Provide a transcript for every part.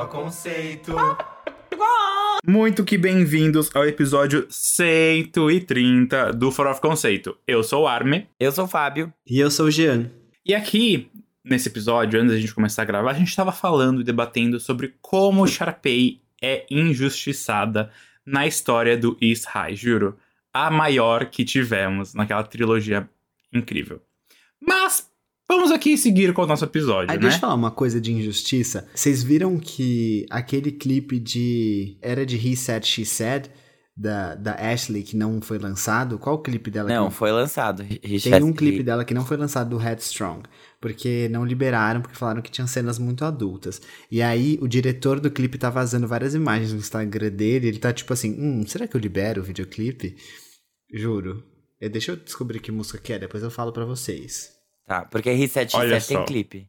Conceito. Muito que bem-vindos ao episódio 130 do For of Conceito. Eu sou o Arme. Eu sou o Fábio. E eu sou o Jean. E aqui, nesse episódio, antes da gente começar a gravar, a gente estava falando e debatendo sobre como Sharpay é injustiçada na história do East High, juro. A maior que tivemos naquela trilogia incrível. Mas vamos aqui seguir com o nosso episódio, né? Deixa eu falar uma coisa de injustiça. Vocês viram que aquele clipe Era de He Said, She Said, da Ashley, que não foi lançado? Qual o clipe dela? Não, foi lançado. Tem um clipe dela que não foi lançado, do Headstrong, porque não liberaram, porque falaram que tinham cenas muito adultas. E aí, o diretor do clipe tá vazando várias imagens no Instagram dele, ele tá tipo assim, será que eu libero o videoclipe? Juro. Deixa eu descobrir que música que é, depois eu falo pra vocês. Tá, porque He Said, She Said tem clipe.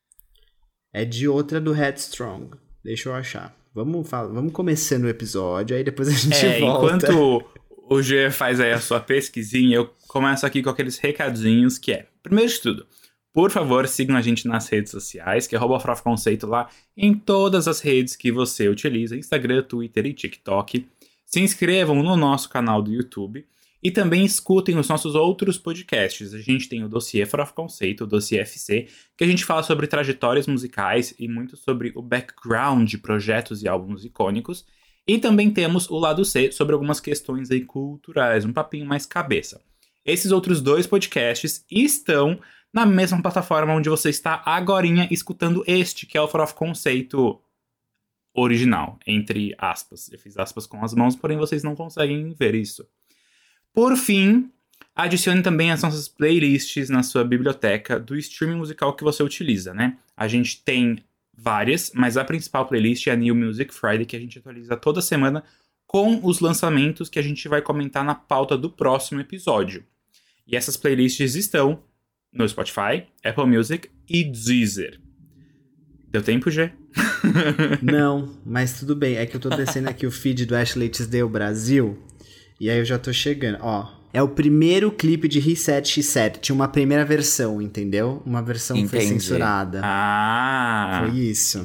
É de outra do Headstrong. Deixa eu achar. Vamos começando o episódio, aí depois a gente volta. Enquanto o G faz aí a sua pesquisinha, eu começo aqui com aqueles recadinhos que é... Primeiro de tudo, por favor, sigam a gente nas redes sociais, que é For of Conceito lá em todas as redes que você utiliza, Instagram, Twitter e TikTok. Se inscrevam no nosso canal do YouTube. E também escutem os nossos outros podcasts. A gente tem o Dossiê For of Conceito, o Dossiê FC, que a gente fala sobre trajetórias musicais e muito sobre o background de projetos e álbuns icônicos. E também temos o Lado C, sobre algumas questões aí culturais, um papinho mais cabeça. Esses outros dois podcasts estão na mesma plataforma onde você está agorinha escutando este, que é o For of Conceito original, entre aspas. Eu fiz aspas com as mãos, porém vocês não conseguem ver isso. Por fim, adicione também as nossas playlists na sua biblioteca do streaming musical que você utiliza, né? A gente tem várias, mas a principal playlist é a New Music Friday, que a gente atualiza toda semana com os lançamentos que a gente vai comentar na pauta do próximo episódio. E essas playlists estão no Spotify, Apple Music e Deezer. Deu tempo, Gê? Não, mas tudo bem. É que eu tô descendo aqui o feed do Ashley Tisdale Brasil... E aí eu já tô chegando, ó. É o primeiro clipe de He Said, She Said. Tinha uma primeira versão, entendeu? Uma versão que foi censurada. Ah! Foi isso.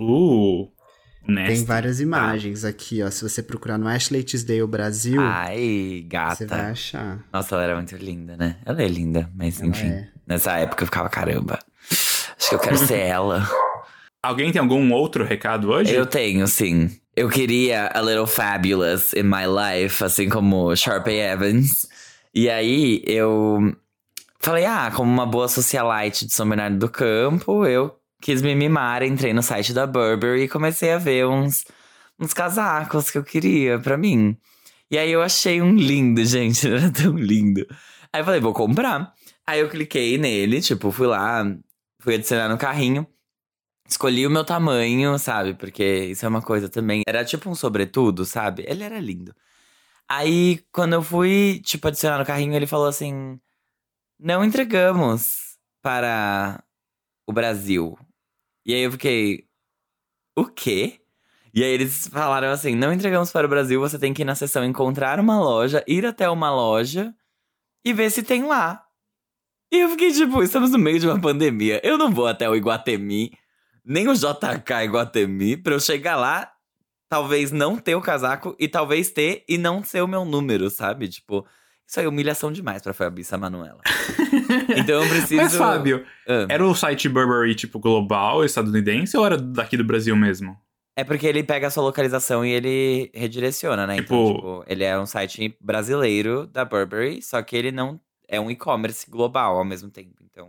Nasty. Tem várias imagens aqui, ó. Se você procurar no Ashley Tisdale Brasil... Ai, gata. Você vai achar. Nossa, ela era muito linda, né? Ela é linda, mas enfim. Nessa época eu ficava, caramba. Acho que eu quero ser ela. Alguém tem algum outro recado hoje? Eu tenho, sim. Eu queria a Little Fabulous in my life, assim como Sharpay Evans. E aí, eu falei, como uma boa socialite de São Bernardo do Campo, eu quis me mimar, entrei no site da Burberry e comecei a ver uns casacos que eu queria pra mim. E aí eu achei um lindo, gente, era tão lindo. Aí eu falei, vou comprar. Aí eu cliquei nele, fui lá, fui adicionar no carrinho. Escolhi o meu tamanho, sabe? Porque isso é uma coisa também. Era tipo um sobretudo, sabe? Ele era lindo. Aí, quando eu fui, adicionar no carrinho, ele falou assim... Não entregamos para o Brasil. E aí eu fiquei... O quê? E aí eles falaram assim... Não entregamos para o Brasil, você tem que ir na seção encontrar uma loja, ir até uma loja e ver se tem lá. E eu fiquei estamos no meio de uma pandemia. Eu não vou até o Iguatemi... Nem o JK Iguatemi, pra eu chegar lá, talvez não ter o casaco, e talvez ter e não ser o meu número, sabe? Isso aí é humilhação demais pra Fabriça Manuela. Então eu preciso... Mas, Fábio, era o site Burberry, global, estadunidense, ou era daqui do Brasil mesmo? É porque ele pega a sua localização e ele redireciona, né? Então, ele é um site brasileiro da Burberry, só que ele não é um e-commerce global ao mesmo tempo, então...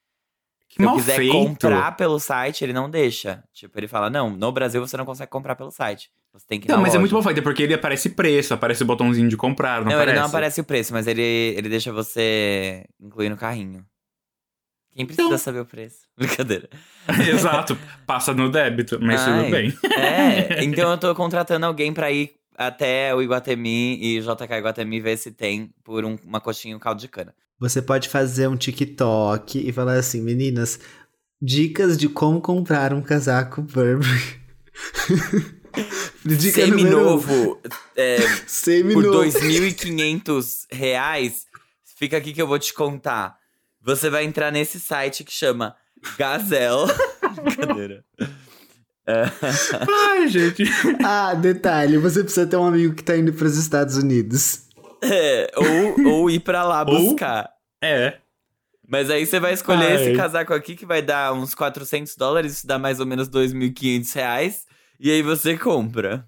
Se eu quiser comprar pelo site, ele não deixa. Ele fala, não, no Brasil você não consegue comprar pelo site. Você tem que ir na mas loja. É muito mal feito, porque ele aparece preço, aparece o botãozinho de comprar, não aparece? Ele não aparece o preço, mas ele deixa você incluir no carrinho. Quem precisa saber o preço? Brincadeira. Exato, passa no débito, mas tudo bem. Então eu tô contratando alguém pra ir até o Iguatemi e JK Iguatemi ver se tem por uma coxinha e um caldo de cana. Você pode fazer um TikTok e falar assim, meninas, dicas de como comprar um casaco Burberry. Seminovo. Seminovo. Por R$2.500. Fica aqui que eu vou te contar. Você vai entrar nesse site que chama Gazelle. Brincadeira. Ai, gente. Ah, detalhe, você precisa ter um amigo que tá indo pros Estados Unidos. Ou ir pra lá buscar. É. Mas aí você vai escolher esse casaco aqui, que vai dar uns $400, isso dá mais ou menos R$2.500, e aí você compra.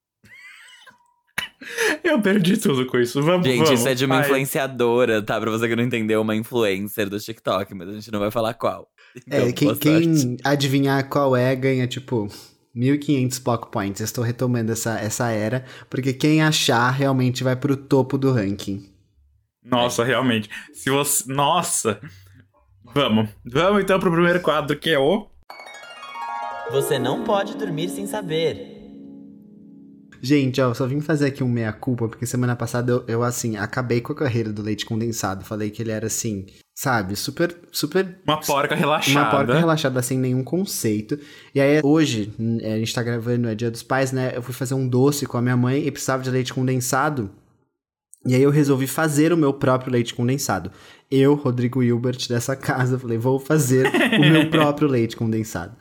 Eu perdi tudo com isso. Vamos. Gente, isso é de uma influenciadora, tá? Pra você que não entendeu, uma influencer do TikTok, mas a gente não vai falar qual. Então, quem adivinhar qual é, ganha, tipo, 1.500 Pock Points. Eu estou retomando essa era, porque quem achar realmente vai pro topo do ranking. Nossa, realmente. Se você... Nossa! Vamos então pro primeiro quadro, que é o... Você não pode dormir sem saber. Gente, ó, só vim fazer aqui um meia-culpa, porque semana passada eu, assim, acabei com a carreira do leite condensado. Falei que ele era, assim, sabe, super... Uma porca relaxada. Uma porca relaxada, sem nenhum conceito. E aí, hoje, a gente tá gravando, é Dia dos Pais, né? Eu fui fazer um doce com a minha mãe e precisava de leite condensado. E aí eu resolvi fazer o meu próprio leite condensado. Eu, Rodrigo Hilbert, dessa casa, falei, vou fazer o meu próprio leite condensado.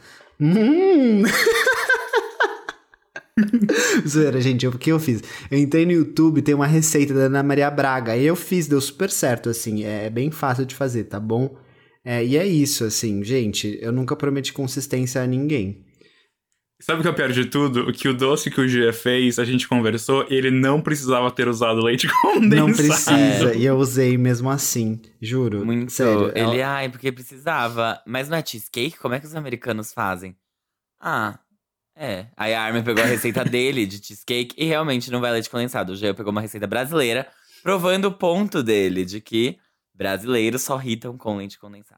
Zoeira, gente, o que eu fiz? Eu entrei no YouTube, tem uma receita da Ana Maria Braga, aí eu fiz, deu super certo, assim, é bem fácil de fazer, tá bom? E é isso, assim, gente, eu nunca prometi consistência a ninguém. Sabe o que é o pior de tudo? Que o doce que o Gia fez, a gente conversou, ele não precisava ter usado leite condensado. Não precisa, e eu usei mesmo assim, juro. Muito. Sério. Porque precisava. Mas não é cheesecake? Como é que os americanos fazem? Aí a Armin pegou a receita dele de cheesecake e realmente não vai leite condensado. O Gia pegou uma receita brasileira, provando o ponto dele de que brasileiros só irritam com leite condensado.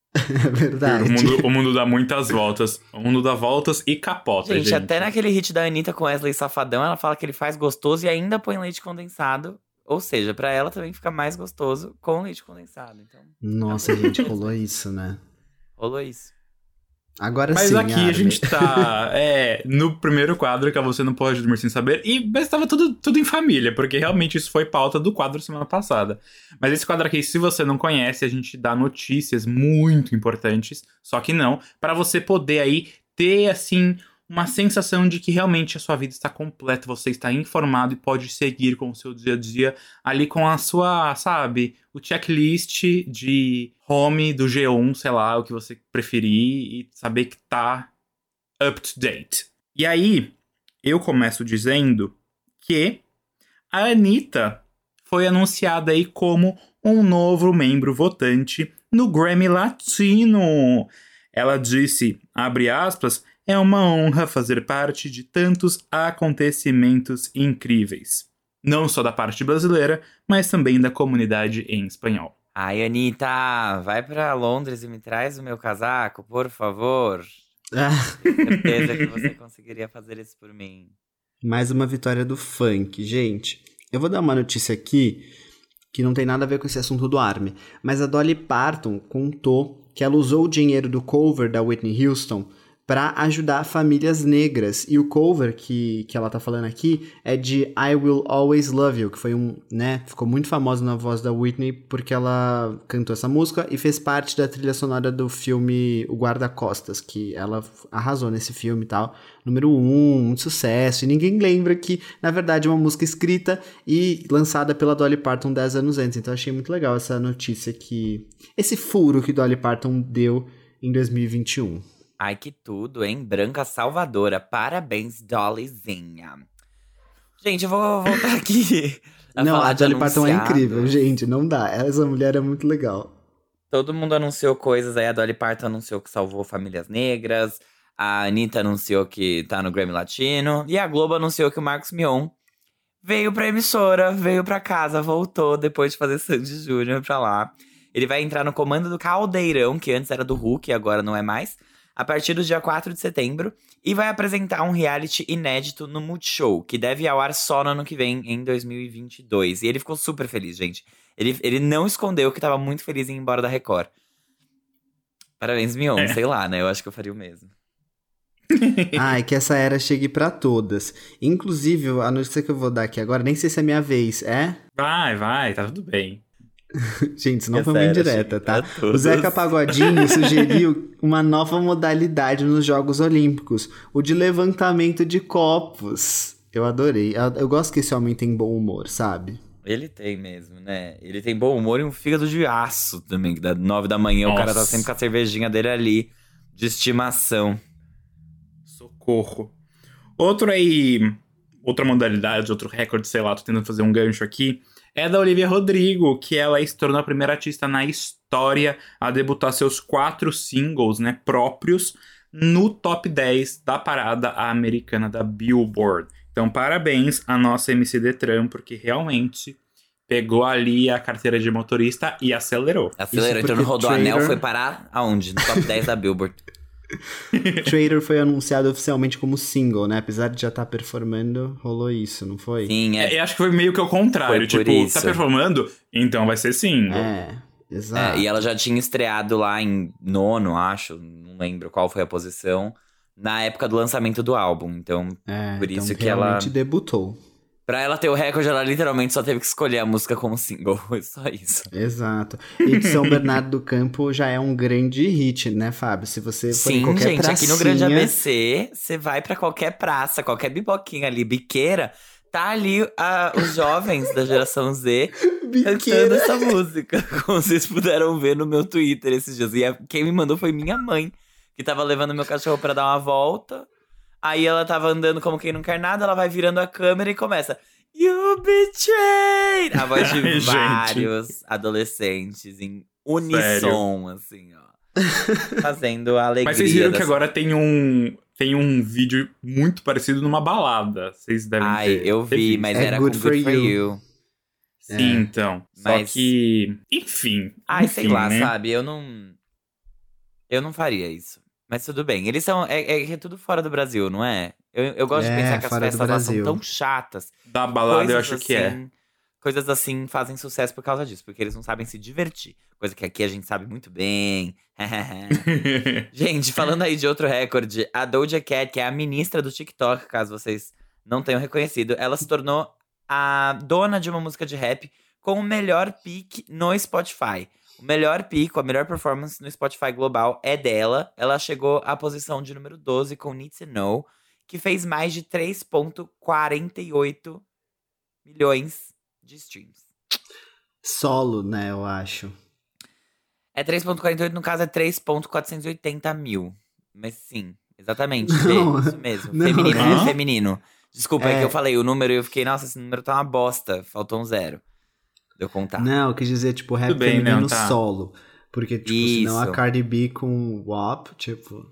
É verdade. O mundo dá muitas voltas. O mundo dá voltas e capota, gente. Até naquele hit da Anitta com Wesley Safadão, ela fala que ele faz gostoso e ainda põe leite condensado. Ou seja, pra ela também fica mais gostoso com leite condensado. Então, nossa, gente, rolou isso, né? Rolou isso. Agora mas sim, aqui a gente tá no primeiro quadro, que é Você Não Pode Dormir Sem Saber. Mas tava tudo em família, porque realmente isso foi pauta do quadro semana passada. Mas esse quadro aqui, se você não conhece, a gente dá notícias muito importantes, só que não, pra você poder aí ter, assim, uma sensação de que realmente a sua vida está completa, você está informado e pode seguir com o seu dia a dia ali com a sua, sabe, o checklist de home do G1, sei lá, o que você preferir e saber que tá up to date. E aí, eu começo dizendo que a Anitta foi anunciada aí como um novo membro votante no Grammy Latino. Ela disse, abre aspas, é uma honra fazer parte de tantos acontecimentos incríveis. Não só da parte brasileira, mas também da comunidade em espanhol. Ai, Anitta, vai pra Londres e me traz o meu casaco, por favor. Tenho certeza que você conseguiria fazer isso por mim. Mais uma vitória do funk, gente. Eu vou dar uma notícia aqui que não tem nada a ver com esse assunto do Army, mas a Dolly Parton contou que ela usou o dinheiro do cover da Whitney Houston para ajudar famílias negras. E o cover que ela tá falando aqui é de I Will Always Love You, que foi ficou muito famosa na voz da Whitney porque ela cantou essa música e fez parte da trilha sonora do filme O Guarda-Costas, que ela arrasou nesse filme e tal. Número 1, muito sucesso. E ninguém lembra que, na verdade, é uma música escrita e lançada pela Dolly Parton 10 anos antes. Então eu achei muito legal essa notícia esse furo que Dolly Parton deu em 2021. Ai, que tudo, hein? Branca salvadora. Parabéns, Dollyzinha. Gente, eu vou voltar aqui a Dolly Parton é incrível, gente. Não dá. Essa mulher é muito legal. Todo mundo anunciou coisas aí. A Dolly Parton anunciou que salvou famílias negras. A Anitta anunciou que tá no Grammy Latino. E a Globo anunciou que o Marcos Mion veio pra emissora, veio pra casa, voltou depois de fazer Sandy Júnior pra lá. Ele vai entrar no comando do Caldeirão, que antes era do Hulk e agora não é mais, a partir do dia 4 de setembro, e vai apresentar um reality inédito no Multishow, que deve ir ao ar só no ano que vem, em 2022. E ele ficou super feliz, gente. Ele não escondeu que tava muito feliz em ir embora da Record. Parabéns, Mion, sei lá, né? Eu acho que eu faria o mesmo. Ai, que essa era chegue pra todas. Inclusive, a notícia que eu vou dar aqui agora, nem sei se é minha vez, é? Vai, tá tudo bem. Gente, isso não É foi uma sério, indireta, achei tá? pra todos. O Zeca Pagodinho sugeriu uma nova modalidade nos Jogos Olímpicos, o de levantamento de copos. Eu adorei. Eu gosto que esse homem tem bom humor, sabe? Ele tem mesmo, né? Ele tem bom humor e um fígado de aço também, que dá 9 da manhã o cara tá Nossa. sempre com a cervejinha dele ali, de estimação. Socorro. Outra modalidade, outro recorde, sei lá, tô tentando fazer um gancho aqui, é da Olivia Rodrigo, que ela se tornou a primeira artista na história a debutar seus 4 singles, né, próprios, no top 10 da parada americana da Billboard. Então, parabéns à nossa MC Detran, porque realmente pegou ali a carteira de motorista e acelerou. Acelerou, então porque no Rodoanel Trader- foi parar aonde? No top 10 da Billboard. Trader foi anunciado oficialmente como single, né? Apesar de já estar performando, rolou isso, não foi? Sim, Eu acho que foi meio que o contrário, Foi por tipo, isso. tá performando? Então vai ser single. Exato. E ela já tinha estreado lá em 9º, acho, não lembro qual foi a posição, na época do lançamento do álbum. Então, por isso então que ela... realmente debutou. Pra ela ter o recorde, ela literalmente só teve que escolher a música como single. Foi só isso. Exato. E de São Bernardo do Campo já é um grande hit, né, Fábio? Se você for em Sim, qualquer gente, pracinha... aqui no Grande ABC, você vai pra qualquer praça, qualquer biboquinha ali, biqueira, tá ali os jovens da geração Z cantando essa música. Como vocês puderam ver no meu Twitter esses dias. E quem me mandou foi minha mãe, que tava levando meu cachorro pra dar uma volta. Aí ela tava andando como quem não quer nada, ela vai virando a câmera e começa... You betrayed! A voz de Gente. vários adolescentes em unissom, assim, ó. Fazendo a alegria. Mas vocês viram que dessa- agora tem um vídeo muito parecido numa balada. Vocês devem Ai, ter. eu vi, Teve. mas É era Good com Good For For You. You. Sim, então. Mas- Só que... Enfim. Ai, sei enfim, lá, né? sabe? Eu não faria isso. Mas tudo bem. Eles são... É tudo fora do Brasil, não é? Eu gosto de pensar que as fora do festas lá são Brasil. tão chatas. Da balada eu Coisas acho que é. assim- Coisas assim fazem sucesso por causa disso. Porque eles não sabem se divertir. Coisa que aqui a gente sabe muito bem. Gente, falando aí de outro recorde, a Doja Cat, que é a ministra do TikTok, caso vocês não tenham reconhecido, ela se tornou a dona de uma música de rap com o melhor pique no Spotify. O melhor pico, a melhor performance no Spotify global é dela. Ela chegou à posição de número 12 com Need to Know, que fez mais de 3,48 milhões de streams. Solo, né, eu acho. É 3,48, no caso é 3,480 mil. Mas sim, exatamente. Não, isso mesmo. não, Feminino, né? feminino. Desculpa, é É. que eu falei o número e eu fiquei, nossa, esse número tá uma bosta. Faltou um 0. Deu contar. Não, eu quis dizer, tipo, rap Tudo bem, feminino não, tá. solo. Porque, tipo, senão a Isso. Cardi B com WAP, tipo...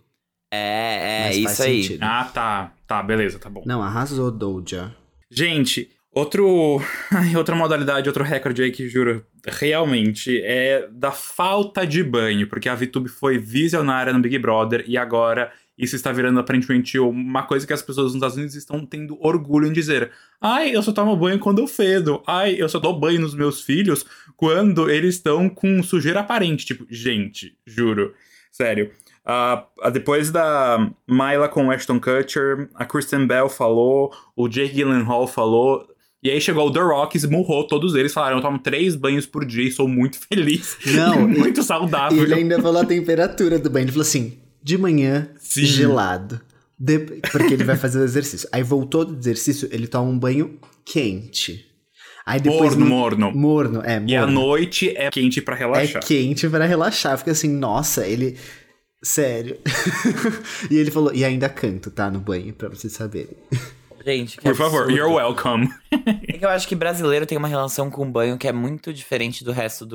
É, mas faz isso aí. sentido. Ah, tá. Tá, beleza, tá bom. Não, arrasou, Doja. Gente, outra modalidade, outro recorde aí que, juro, realmente é da falta de banho. Porque a VTube foi visionária no Big Brother e agora isso está virando aparentemente uma coisa que as pessoas nos Estados Unidos estão tendo orgulho em dizer. Ai, eu só tomo banho quando eu fedo. Ai, eu só dou banho nos meus filhos quando eles estão com sujeira aparente. Tipo, gente, juro. Sério. Depois da Myla com Ashton Kutcher, a Kristen Bell falou, o Jake Gyllenhaal falou, e aí chegou o The Rock, esmurrou todos eles, falaram, eu tomo 3 banhos por dia e sou muito feliz. Não, e muito E saudável. ele ainda falou a temperatura do banho. Ele falou assim, de manhã, Sim. gelado. Porque ele vai fazer o exercício. Aí voltou do exercício, ele toma um banho quente. Aí depois Morno. Morno, E à morno. noite é quente pra É relaxar. quente pra relaxar. Fica assim, nossa, ele... Sério. E ele falou, e ainda canto, tá? No banho, pra vocês saberem. Gente, que Por favor, absurdo. you're welcome. É que eu acho que brasileiro tem uma relação com banho que é muito diferente do resto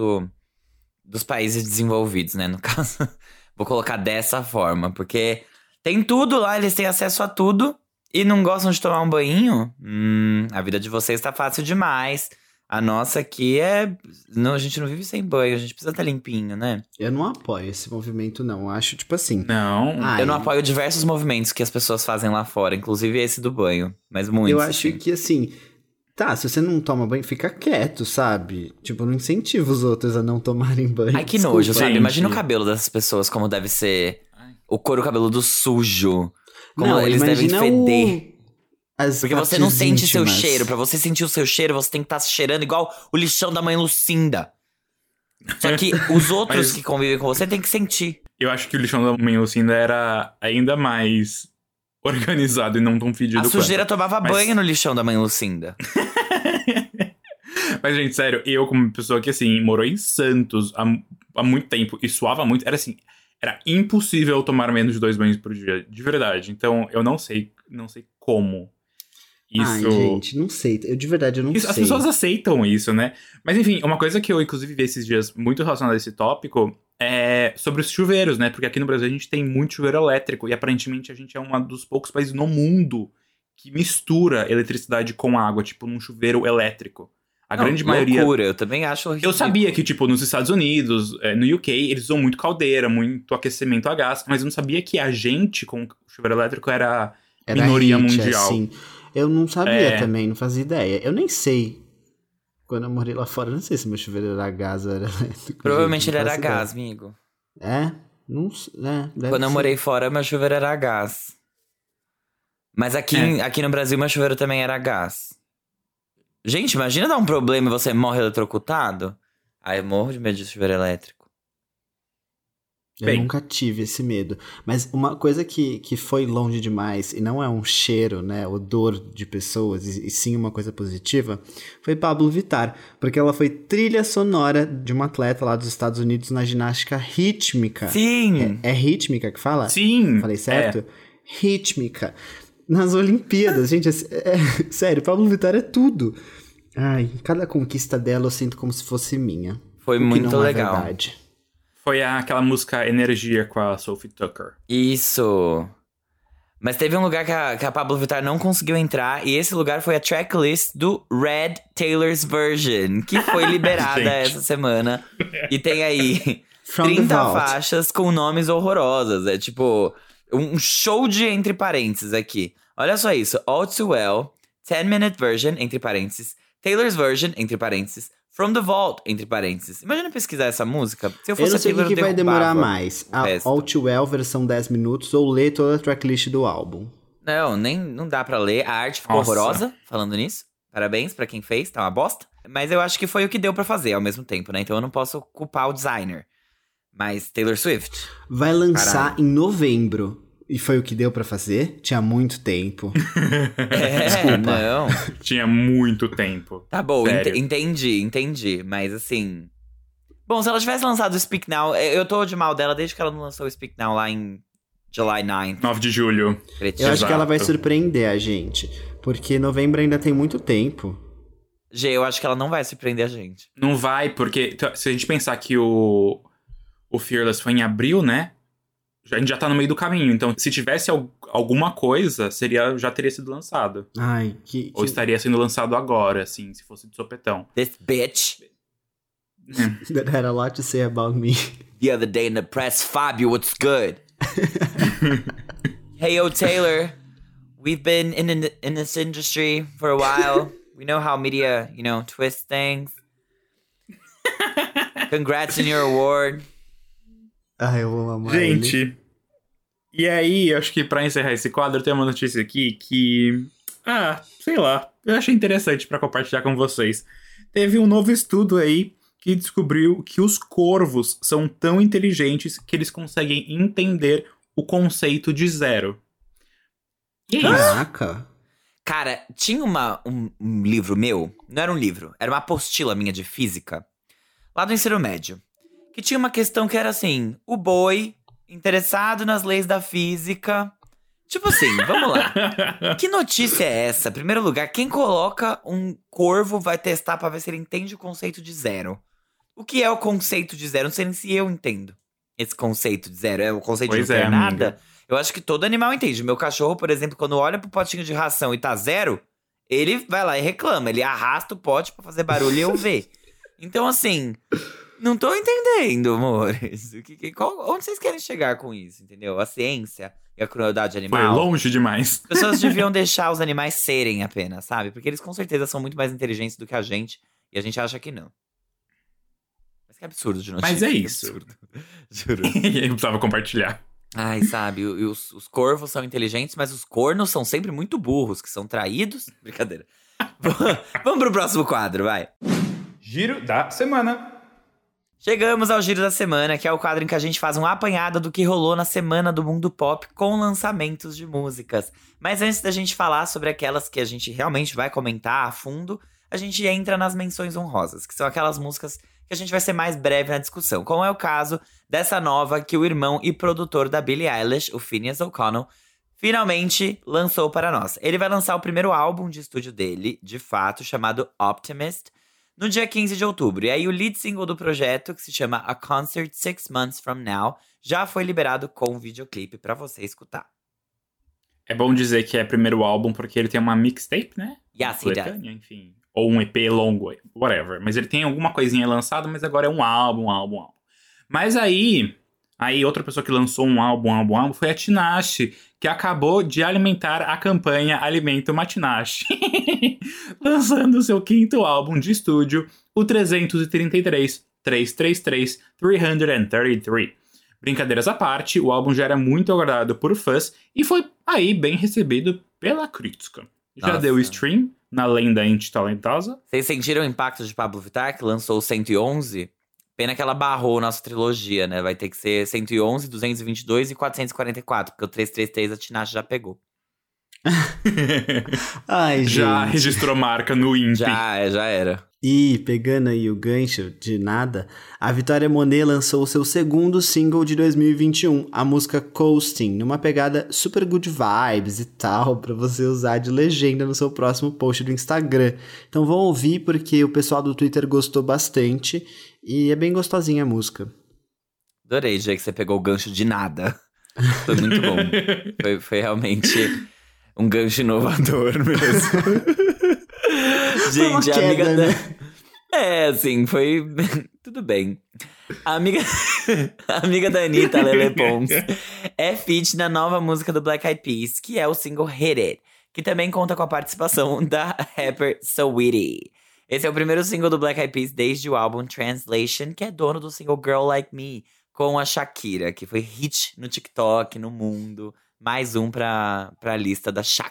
dos países desenvolvidos, né? No caso, vou colocar dessa forma. Porque tem tudo lá, eles têm acesso a tudo e não gostam de tomar um banho. A vida de vocês tá fácil demais. A nossa aqui é... Não, a gente não vive sem banho, a gente precisa estar limpinho, né? Eu não apoio esse movimento, não. Eu acho, tipo assim... Não. Ai, Eu não apoio diversos movimentos que as pessoas fazem lá fora, inclusive esse do banho. Mas muitos, Eu acho assim. que, assim... Tá, se você não toma banho, fica quieto, sabe? Tipo, não incentiva os outros a não tomarem banho. Ai, que Desculpa. nojo, sabe? gente. Imagina o cabelo dessas pessoas, como deve ser. O couro cabeludo sujo. Como Não, eles devem imagina feder. As Porque você não partes sente seu íntimas. cheiro. Pra você sentir o seu cheiro, você tem que estar se cheirando igual o lixão da mãe Lucinda. Só que os outros que convivem com você têm que sentir. Eu acho que o lixão da mãe Lucinda era ainda mais organizado e não tão fedido A quanto. sujeira tomava banho no lixão da mãe Lucinda. Mas, gente, sério, eu como pessoa que, assim, morou em Santos há muito tempo e suava muito, era assim, era impossível tomar menos de 2 banhos por dia, de verdade. Então, eu não sei como isso... Ai, gente, não sei. Eu, de verdade, eu não sei. As pessoas aceitam isso, né? Mas, enfim, uma coisa que eu, inclusive, vi esses dias muito relacionada a esse tópico é sobre os chuveiros, né? Porque aqui no Brasil a gente tem muito chuveiro elétrico e, aparentemente, a gente é um dos poucos países no mundo que mistura eletricidade com água, tipo, num chuveiro elétrico. A grande maioria... Loucura, eu também acho ridículo. Eu sabia que, tipo, nos Estados Unidos, no UK, eles usam muito caldeira, muito aquecimento a gás, mas eu não sabia que a gente com chuveiro elétrico era minoria mundial. Assim. Eu não sabia também, não fazia ideia. Eu nem sei. Quando eu morei lá fora, eu não sei se meu chuveiro era gás ou era elétrico. Provavelmente ele era gás, amigo. É? Não sei. Quando eu morei fora, meu chuveiro era gás. Mas aqui no Brasil, meu chuveiro também era gás. Gente, imagina dar um problema e você morre eletrocutado. Aí eu morro de medo de chuveiro elétrico. Eu nunca tive esse medo. Mas uma coisa que foi longe demais, e não é um cheiro, né, odor de pessoas, e sim uma coisa positiva, foi Pablo Vittar. Porque ela foi trilha sonora de uma atleta lá dos Estados Unidos na ginástica rítmica. Sim! É rítmica que fala? Sim! Falei certo? Rítmica. Nas Olimpíadas, gente, sério, Pablo Vittar é tudo. Ai, cada conquista dela eu sinto como se fosse minha. Foi muito legal. É verdade. Foi aquela música Energia com a Sophie Tucker. Isso. Mas teve um lugar que a Pablo Vittar não conseguiu entrar, e esse lugar foi a tracklist do Red Taylor's Version, que foi liberada essa semana. E tem aí 30 faixas com nomes horrorosos. É tipo um show de entre parênteses aqui. Olha só isso. All Too Well, 10-minute version, entre parênteses. Taylor's Version, entre parênteses. From the Vault, entre parênteses. Imagina pesquisar essa música. Se eu fosse eu não sei Taylor, o que vai demorar mais. A resto. All Too Well, versão 10 minutos, ou ler toda a tracklist do álbum. Não dá pra ler. A arte ficou horrorosa, falando nisso. Parabéns pra quem fez, tá uma bosta. Mas eu acho que foi o que deu pra fazer ao mesmo tempo, né? Então eu não posso culpar o designer. Mas Taylor Swift. Vai lançar em novembro. E foi o que deu pra fazer? Tinha muito tempo. Desculpa. Não. Tinha muito tempo. Tá bom, entendi. Mas assim... Bom, se ela tivesse lançado o Speak Now... Eu tô de mal dela desde que ela não lançou o Speak Now lá em July 9th. 9 de julho. Eu acho que ela vai surpreender a gente. Porque novembro ainda tem muito tempo. Gê, eu acho que ela não vai surpreender a gente. Não vai, porque se a gente pensar que o Fearless foi em abril, né? A gente já tá no meio do caminho. Então, se tivesse alguma coisa, já teria sido lançado. Ai, Ou estaria sendo lançado agora, assim, se fosse de sopetão. This bitch. That had a lot to say about me. The other day in the press, Fabio, what's good? Hey, yo, Taylor. We've been in this industry for a while. We know how media, twists things. Congrats on your award. Ai, eu vou amar Gente, e aí, acho que pra encerrar esse quadro, tem uma notícia aqui que... sei lá, eu achei interessante pra compartilhar com vocês. Teve um novo estudo aí que descobriu que os corvos são tão inteligentes que eles conseguem entender o conceito de zero. Que caraca! Cara, tinha um livro meu, não era um livro, era uma apostila minha de física, lá do ensino médio. Que tinha uma questão que era assim, o boi interessado nas leis da física. Tipo assim, vamos lá. Que notícia é essa? Em primeiro lugar, quem coloca um corvo vai testar pra ver se ele entende o conceito de zero. O que é o conceito de zero? Não sei nem se eu entendo esse conceito de zero. É o conceito de não ter nada? Eu acho que todo animal entende. Meu cachorro, por exemplo, quando olha pro potinho de ração e tá zero, ele vai lá e reclama. Ele arrasta o pote pra fazer barulho e eu ver. Então, assim... Não tô entendendo, amores. Onde vocês querem chegar com isso, entendeu? A ciência e a crueldade animal. Foi longe demais. As pessoas deviam deixar os animais serem apenas, sabe? Porque eles com certeza são muito mais inteligentes do que a gente. E a gente acha que não. Mas que absurdo de notícia. Mas é isso. Absurdo. Juro. E eu precisava compartilhar. Ai, sabe, os corvos são inteligentes, mas os cornos são sempre muito burros, que são traídos. Brincadeira. Vamos pro próximo quadro, vai. Giro da semana. Chegamos ao Giro da Semana, que é o quadro em que a gente faz um apanhado do que rolou na semana do mundo pop com lançamentos de músicas. Mas antes da gente falar sobre aquelas que a gente realmente vai comentar a fundo, a gente entra nas menções honrosas, que são aquelas músicas que a gente vai ser mais breve na discussão. Como é o caso dessa nova que o irmão e produtor da Billie Eilish, o Finneas O'Connell, finalmente lançou para nós. Ele vai lançar o primeiro álbum de estúdio dele, de fato, chamado Optimist, no dia 15 de outubro. E aí o lead single do projeto, que se chama A Concert 6 Months From Now, já foi liberado com videoclipe pra você escutar. É bom dizer que é primeiro álbum porque ele tem uma mixtape, né? Yes, he does. Enfim, ou um EP longo, whatever. Mas ele tem alguma coisinha lançada, mas agora é um álbum. Mas aí outra pessoa que lançou um álbum foi a Tinashe, que acabou de alimentar a campanha Alimenta uma Tinashe, lançando seu quinto álbum de estúdio, o 333. Brincadeiras à parte, o álbum já era muito aguardado por fãs e foi aí bem recebido pela crítica. Já Nossa. deu stream na lendamente talentosa. Vocês sentiram o impacto de Pablo Vittar, que lançou o 111? Pena que ela barrou nossa trilogia, né? Vai ter que ser 111, 222 e 444, porque o 333 a Tinashe já pegou. Ai, gente. Já registrou marca no INPE. Já era. E, pegando aí o gancho de nada, a Vitória Monet lançou o seu segundo single de 2021, a música Coasting, numa pegada super good vibes e tal, pra você usar de legenda no seu próximo post do Instagram. Então vão ouvir porque o pessoal do Twitter gostou bastante e é bem gostosinha a música. Adorei, Jay, que você pegou o gancho de nada. Foi muito bom. Foi realmente um gancho inovador mesmo. Gente, a amiga da... É, assim, foi... Tudo bem. A amiga da Anitta, Lele Pons, é feat na nova música do Black Eyed Peas, que é o single Hit It, que também conta com a participação da rapper Saweetie. Esse é o primeiro single do Black Eyed Peas desde o álbum Translation, que é dono do single Girl Like Me, com a Shakira, que foi hit no TikTok, no mundo. Mais um pra lista da Shak.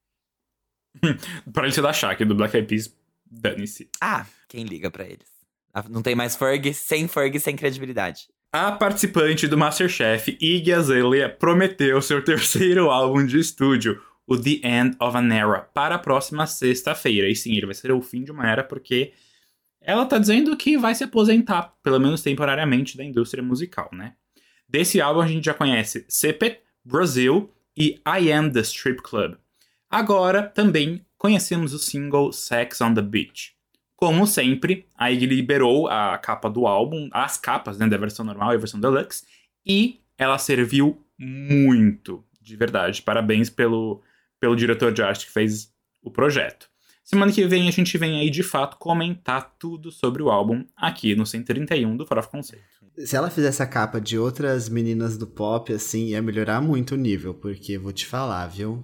Pra lista da Shak, do Black Eyed Peas, dane-se. Ah, quem liga pra eles? Não tem mais Ferg, sem credibilidade. A participante do MasterChef, Iggy Azalea, prometeu seu terceiro álbum de estúdio, o The End of an Era, para a próxima sexta-feira. E sim, ele vai ser o fim de uma era, porque ela tá dizendo que vai se aposentar, pelo menos temporariamente, da indústria musical, né? Desse álbum a gente já conhece Sip It, Brazil e I Am The Strip Club. Agora, também conhecemos o single Sex on the Beach. Como sempre, a Iggy liberou a capa do álbum, as capas, né, da versão normal e a versão deluxe, e ela serviu muito, de verdade. Parabéns pelo diretor de arte que fez o projeto. Semana que vem a gente vem aí, de fato, comentar tudo sobre o álbum aqui no 131 do Farofa Conceito. Se ela fizesse a capa de outras meninas do pop, assim, ia melhorar muito o nível, porque vou te falar, viu?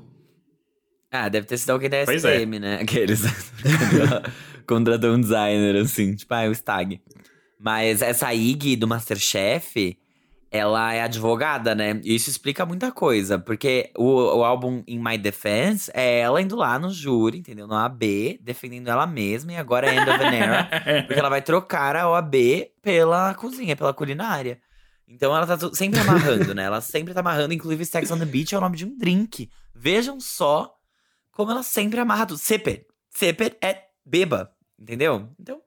Ah, deve ter sido alguém da Pois SM, né? Aqueles contratou um designer, assim, tipo, o Stag. Mas essa Iggy do MasterChef, ela é advogada, né? E isso explica muita coisa, porque o álbum In My Defense é ela indo lá no júri, entendeu? No AB, defendendo ela mesma, e agora é End of an Era, porque ela vai trocar a OAB pela cozinha, pela culinária. Então ela tá sempre amarrando, né? Ela sempre tá amarrando, inclusive Sex on the Beach é o nome de um drink. Vejam só como ela sempre amarra tudo. Sip it. Sip it é beba, entendeu? Então,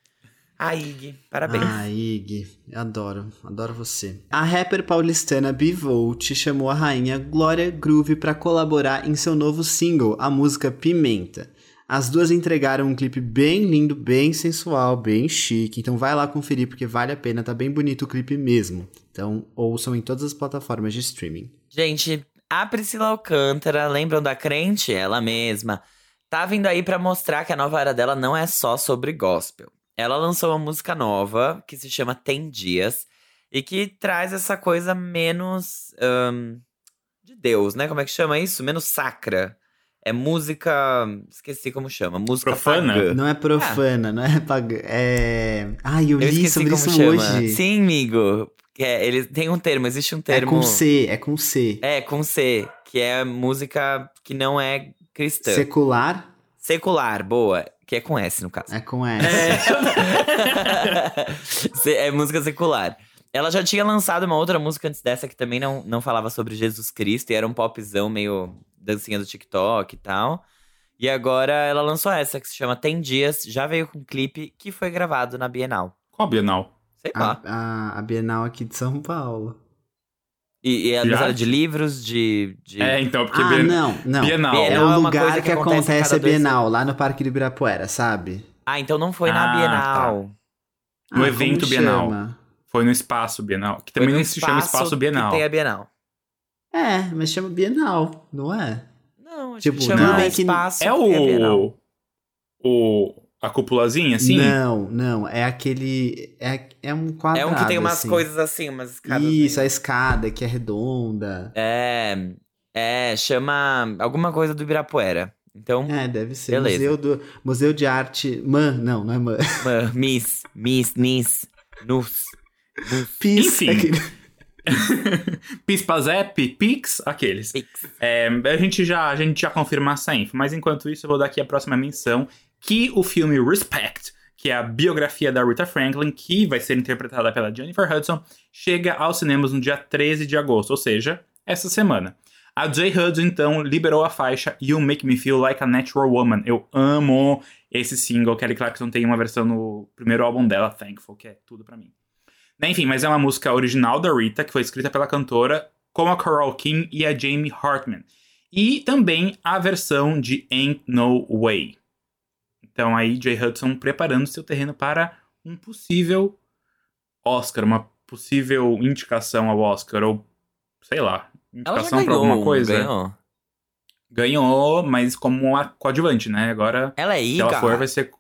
a Iggy, parabéns. Ah, Iggy, adoro você. A rapper paulistana Bivolt chamou a rainha Glória Groove pra colaborar em seu novo single, a música Pimenta. As duas entregaram um clipe bem lindo, bem sensual, bem chique. Então vai lá conferir porque vale a pena, tá bem bonito o clipe mesmo. Então ouçam em todas as plataformas de streaming. Gente, a Priscila Alcântara, lembram da Crente? Ela mesma. Tá vindo aí pra mostrar que a nova era dela não é só sobre gospel. Ela lançou uma música nova que se chama Tem Dias e que traz essa coisa menos de Deus, né? Como é que chama isso? Menos sacra. É música... Esqueci como chama. Música profana? Pagã. Não é profana, não é pagã. É... Ai, eu li sobre como isso chama. hoje. Sim, amigo. Ele tem um termo, existe um termo... É com C, é com C. É, com C. Que é música que não é cristã. Secular? Secular, boa. Que é com S, no caso. É com S. É música secular. Ela já tinha lançado uma outra música antes dessa que também não falava sobre Jesus Cristo. E era um popzão meio dancinha do TikTok e tal. E agora ela lançou essa, que se chama Tem Dias. Já veio com um clipe que foi gravado na Bienal. Qual Bienal? Sei lá. A Bienal aqui de São Paulo. E é a música de livros, de… Então, porque não. Bienal. É Bienal é o uma lugar coisa que que acontece acontece a cada 2 Bienal, lá no Parque do Ibirapuera, sabe? Ah, então não foi na Bienal. Tá. No evento como Bienal. chama? Foi no Espaço Bienal. Que também não se chama Espaço Bienal. Que tem a Bienal. É, mas chama Bienal, não é? Não, Tipo, chama tudo bem que- Espaço. É que tem a Bienal. a cupulazinha, assim? Não, é aquele… É um quadrado, É um que tem umas assim. coisas assim, umas escadas. Isso, a meio- escada que é redonda. Chama alguma coisa do Ibirapuera. Então, É, deve ser. Beleza. Museu de Arte… não é Man. Miss, Nus. Pis, Enfim. aquele- Pispazep, Pix, aqueles. Pix. A gente já confirma essa info, mas enquanto isso eu vou dar aqui a próxima menção, que o filme Respect, que é a biografia da Rita Franklin, que vai ser interpretada pela Jennifer Hudson, chega aos cinemas no dia 13 de agosto, ou seja, essa semana. A J. Hudson, então, liberou a faixa You Make Me Feel Like a Natural Woman. Eu amo esse single. Kelly Clarkson tem uma versão no primeiro álbum dela, Thankful, que é tudo pra mim. Enfim, mas é uma música original da Rita, que foi escrita pela cantora, com a Carole King e a Jamie Hartman. E também a versão de Ain't No Way. Então aí, J. Hudson preparando seu terreno para um possível Oscar, uma possível indicação ao Oscar, ou sei lá, Ela já indicação pra ganhou, alguma coisa. Ganhou, mas como a coadjuvante, né? Agora, Ela é se Iga. ela for, vai ser...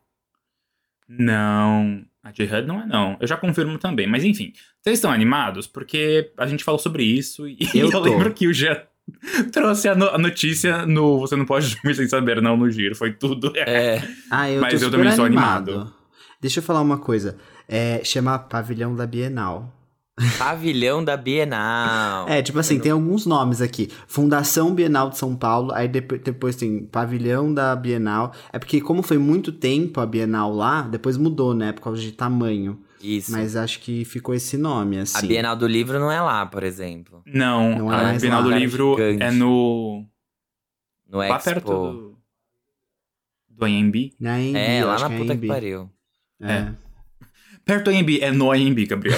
Não, a J-Hud não é não. Eu já confirmo também, mas enfim. Vocês estão animados? Porque a gente falou sobre isso e Eu eu tô. lembro que o Gê trouxe a notícia no Você Não Pode Dormir Sem Saber Não no Giro. Foi tudo. Eu Mas tô eu também super sou animado. animado. Deixa eu falar uma coisa. Chama Pavilhão da Bienal. Pavilhão da Bienal. Tipo assim, tem alguns nomes aqui. Fundação Bienal de São Paulo, aí depois tem Pavilhão da Bienal. É porque como foi muito tempo a Bienal lá, depois mudou, né? Por causa de tamanho. Isso. Mas acho que ficou esse nome, assim. A Bienal do Livro não é lá, por exemplo. Não, Não é a mais Bienal lá. do Livro Gigante. é no... No lá Expo. perto do AMB. Na AMB, É, lá acho na que é puta AMB. que pariu. Perto do AMB, é no AMB, Gabriel.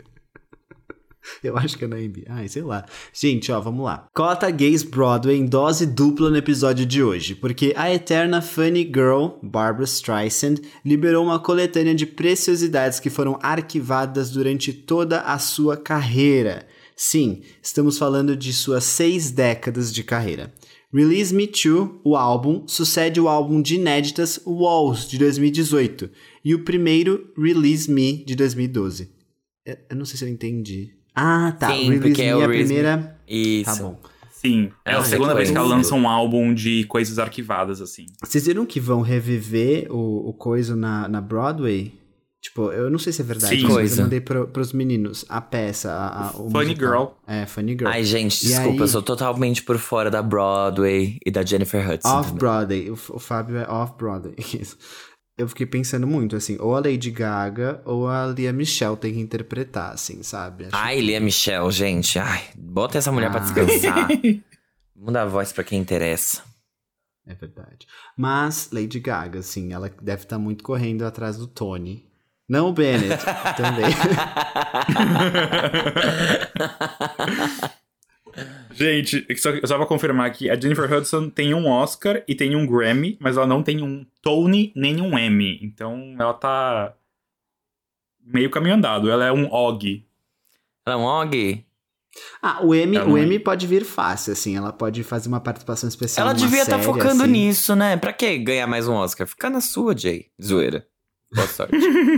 Eu acho que é na AMB. Ai, sei lá. Gente, ó, vamos lá. Cota Gays Broadway em dose dupla no episódio de hoje, porque a eterna funny girl, Barbra Streisand, liberou uma coletânea de preciosidades que foram arquivadas durante toda a sua carreira. Sim, estamos falando de suas 6 décadas de carreira. Release Me Too, o álbum, sucede o álbum de inéditas Walls, de 2018, e o primeiro Release Me, de 2012. Eu não sei se eu entendi. Ah, tá. Sim, Release porque Me é é o a Release primeira... Isso. Tá bom. Sim, é a Ah, segunda que vez que ela coisa. lança um álbum de coisas arquivadas, assim. Vocês viram que vão reviver o coisa na Broadway? Tipo, eu não sei se é verdade, Sim. mas Coisa. eu mandei pros meninos a peça, o Funny musical. Funny Girl. Ai, gente, E desculpa, aí- eu sou totalmente por fora da Broadway e da Jennifer Hudson. também. Off-Broadway. O Fábio é Off-Broadway. Isso. Eu fiquei pensando muito, assim, ou a Lady Gaga ou a Lea Michele tem que interpretar, assim, sabe? Acho Ai, que- Lea Michele, gente. Ai, bota essa mulher pra Ah. descansar. Muda a voz pra quem interessa. É verdade. Mas Lady Gaga, assim, ela deve estar muito correndo atrás do Tony. Não o Bennett, também. Gente, só pra confirmar aqui, a Jennifer Hudson tem um Oscar e tem um Grammy, mas ela não tem um Tony nem um Emmy. Então ela tá meio caminho andado. Ela é um Og. Ela é um Og? O Emmy, Ela não o é. Emmy pode vir fácil, assim. Ela pode fazer uma participação especial Ela numa devia estar série, focando assim. nisso, né? Pra que ganhar mais um Oscar? Fica na sua, Jay. Zoeira. Boa sorte.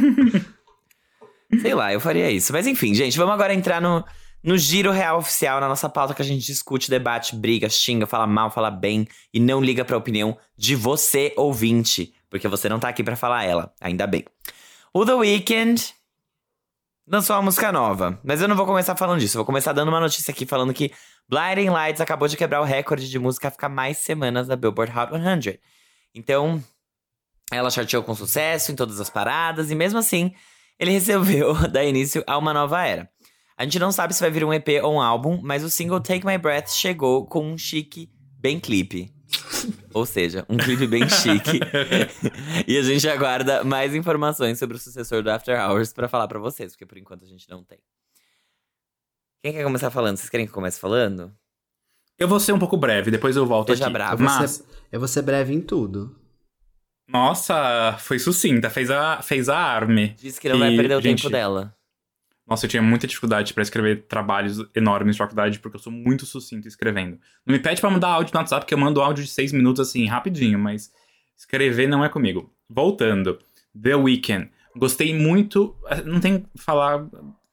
Sei lá, eu faria isso. Mas enfim, gente, vamos agora entrar no giro real oficial, na nossa pauta que a gente discute, debate, briga, xinga, fala mal, fala bem e não liga pra opinião de você, ouvinte. Porque você não tá aqui pra falar ela, ainda bem. O The Weeknd lançou uma música nova, mas eu não vou começar falando disso. Eu vou começar dando uma notícia aqui falando que Blinding Lights acabou de quebrar o recorde de música a ficar mais semanas na Billboard Hot 100. Então, Ela charteou com sucesso em todas as paradas. E mesmo assim, ele resolveu dar início a uma nova era. A gente não sabe se vai vir um EP ou um álbum, mas o single Take My Breath chegou com um chique bem clipe. Ou seja, um clipe bem chique. E a gente aguarda mais informações sobre o sucessor do After Hours pra falar pra vocês, porque por enquanto a gente não tem. Quem quer começar falando? Vocês querem que eu comece falando? Eu vou ser um pouco breve, depois eu volto Seja aqui. bravo. Eu vou ser breve em tudo. Nossa, foi sucinta, fez a Army. Disse que não vai perder o gente, tempo dela. Nossa, eu tinha muita dificuldade pra escrever trabalhos enormes de faculdade, porque eu sou muito sucinto escrevendo. Não me pede pra mandar áudio no WhatsApp, porque eu mando áudio de 6 minutos, assim, rapidinho, mas escrever não é comigo. Voltando, The Weeknd. Gostei muito, não tem que falar...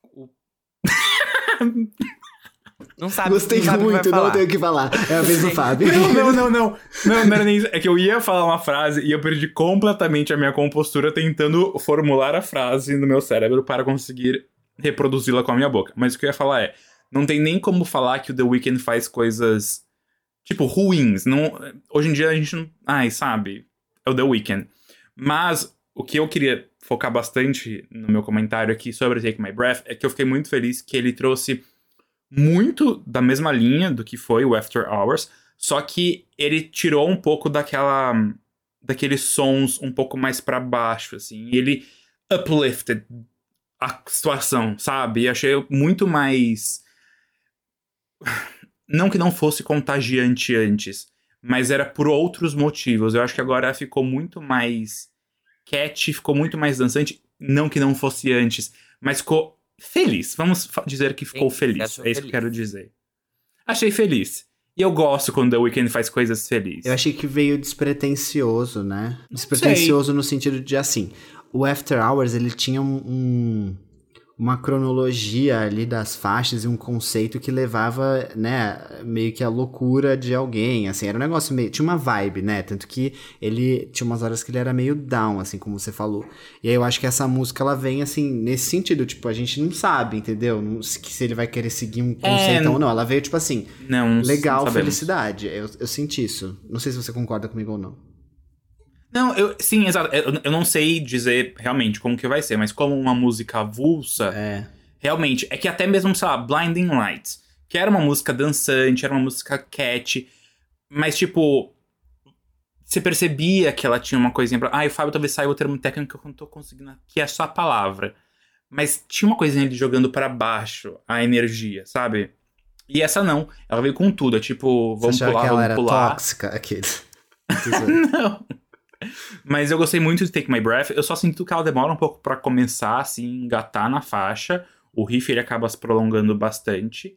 Não sabe. Gostei não sabe muito, não tenho o que falar. É a vez do Fábio. Não era nem isso. É que eu ia falar uma frase e eu perdi completamente a minha compostura tentando formular a frase no meu cérebro para conseguir reproduzi-la com a minha boca. Mas o que eu ia falar é, não tem nem como falar que o The Weeknd faz coisas, tipo, ruins. Não, hoje em dia a gente não... Ai, sabe? É o The Weeknd. Mas o que eu queria focar bastante no meu comentário aqui sobre Take My Breath é que eu fiquei muito feliz que ele trouxe muito da mesma linha do que foi o After Hours, só que ele tirou um pouco daqueles sons um pouco mais pra baixo, assim. Ele uplifted a situação, sabe? E achei muito mais... Não que não fosse contagiante antes, mas era por outros motivos. Eu acho que agora ficou muito mais catchy, ficou muito mais dançante. Não que não fosse antes, mas ficou feliz. Vamos dizer que ficou feliz. É isso que eu quero dizer. Achei feliz. E eu gosto quando The Weeknd faz coisas felizes. Eu achei que veio despretensioso, né? Despretensioso no sentido de, assim, o After Hours, ele tinha uma cronologia ali das faixas e um conceito que levava, né, meio que a loucura de alguém, assim, era um negócio meio... Tinha uma vibe, né, tanto que ele... Tinha umas horas que ele era meio down, assim, como você falou. E aí eu acho que essa música, ela vem, assim, nesse sentido, tipo, a gente não sabe, entendeu? Se ele vai querer seguir um conceito ou não. Ela veio, tipo assim, não, legal, não felicidade. Eu senti isso. Não sei se você concorda comigo ou não. Não, sim, exato. Eu não sei dizer realmente como que vai ser, mas como uma música avulsa, realmente, é que até mesmo, sei lá, Blinding Lights, que era uma música dançante, era uma música catchy, mas, tipo, você percebia que ela tinha uma coisinha pra... o Fábio talvez saiba o termo técnico que eu não tô conseguindo, que é só a palavra. Mas tinha uma coisinha ali jogando pra baixo a energia, sabe? E essa não, ela veio com tudo, é tipo, vamos você pular, que ela vamos era pular. Tóxica, aquele. Não. Mas eu gostei muito de Take My Breath. Eu só sinto que ela demora um pouco pra começar, assim, engatar na faixa. O riff, ele acaba se prolongando bastante.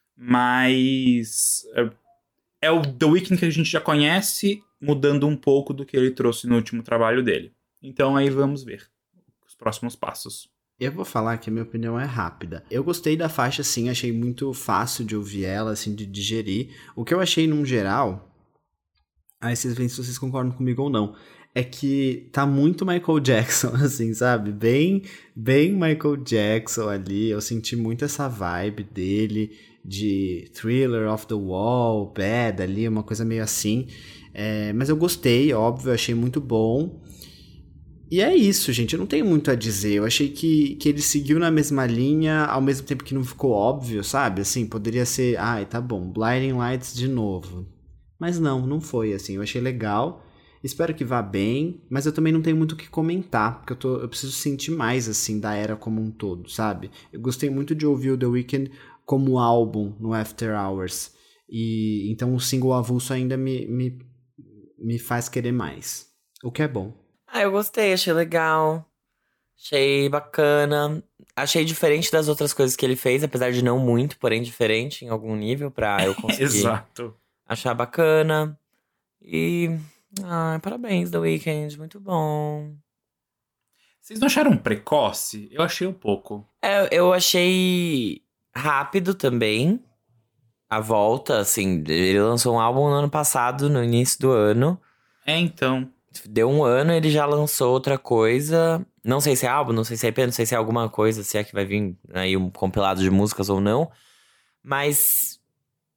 Mas... é o The Weeknd que a gente já conhece, mudando um pouco do que ele trouxe no último trabalho dele. Então aí vamos ver os próximos passos. Eu vou falar que a minha opinião é rápida. Eu gostei da faixa, sim. Achei muito fácil de ouvir ela, assim, de digerir. O que eu achei, num geral... Aí vocês veem se vocês concordam comigo ou não. É que tá muito Michael Jackson, assim, sabe? Bem Michael Jackson ali. Eu senti muito essa vibe dele, de Thriller, Off the Wall, Bad ali, uma coisa meio assim. Mas eu gostei, óbvio, achei muito bom. E é isso, gente, eu não tenho muito a dizer. Eu achei que ele seguiu na mesma linha, ao mesmo tempo que não ficou óbvio, sabe? Assim, poderia ser, tá bom, Blinding Lights de novo. Mas não foi, assim, eu achei legal, espero que vá bem, mas eu também não tenho muito o que comentar, porque eu preciso sentir mais, assim, da era como um todo, sabe? Eu gostei muito de ouvir o The Weeknd como álbum no After Hours, e então o single avulso ainda me faz querer mais, o que é bom. Eu gostei, achei legal, achei bacana, achei diferente das outras coisas que ele fez, apesar de não muito, porém diferente em algum nível, pra eu conseguir... Exato. Achar bacana. E... parabéns, The Weeknd. Muito bom. Vocês não acharam precoce? Eu achei um pouco. Eu achei rápido também. A volta, assim... Ele lançou um álbum no ano passado, no início do ano. Então. Deu um ano, ele já lançou outra coisa. Não sei se é álbum, não sei se é EP, não sei se é alguma coisa. Se é que vai vir aí um compilado de músicas ou não. Mas...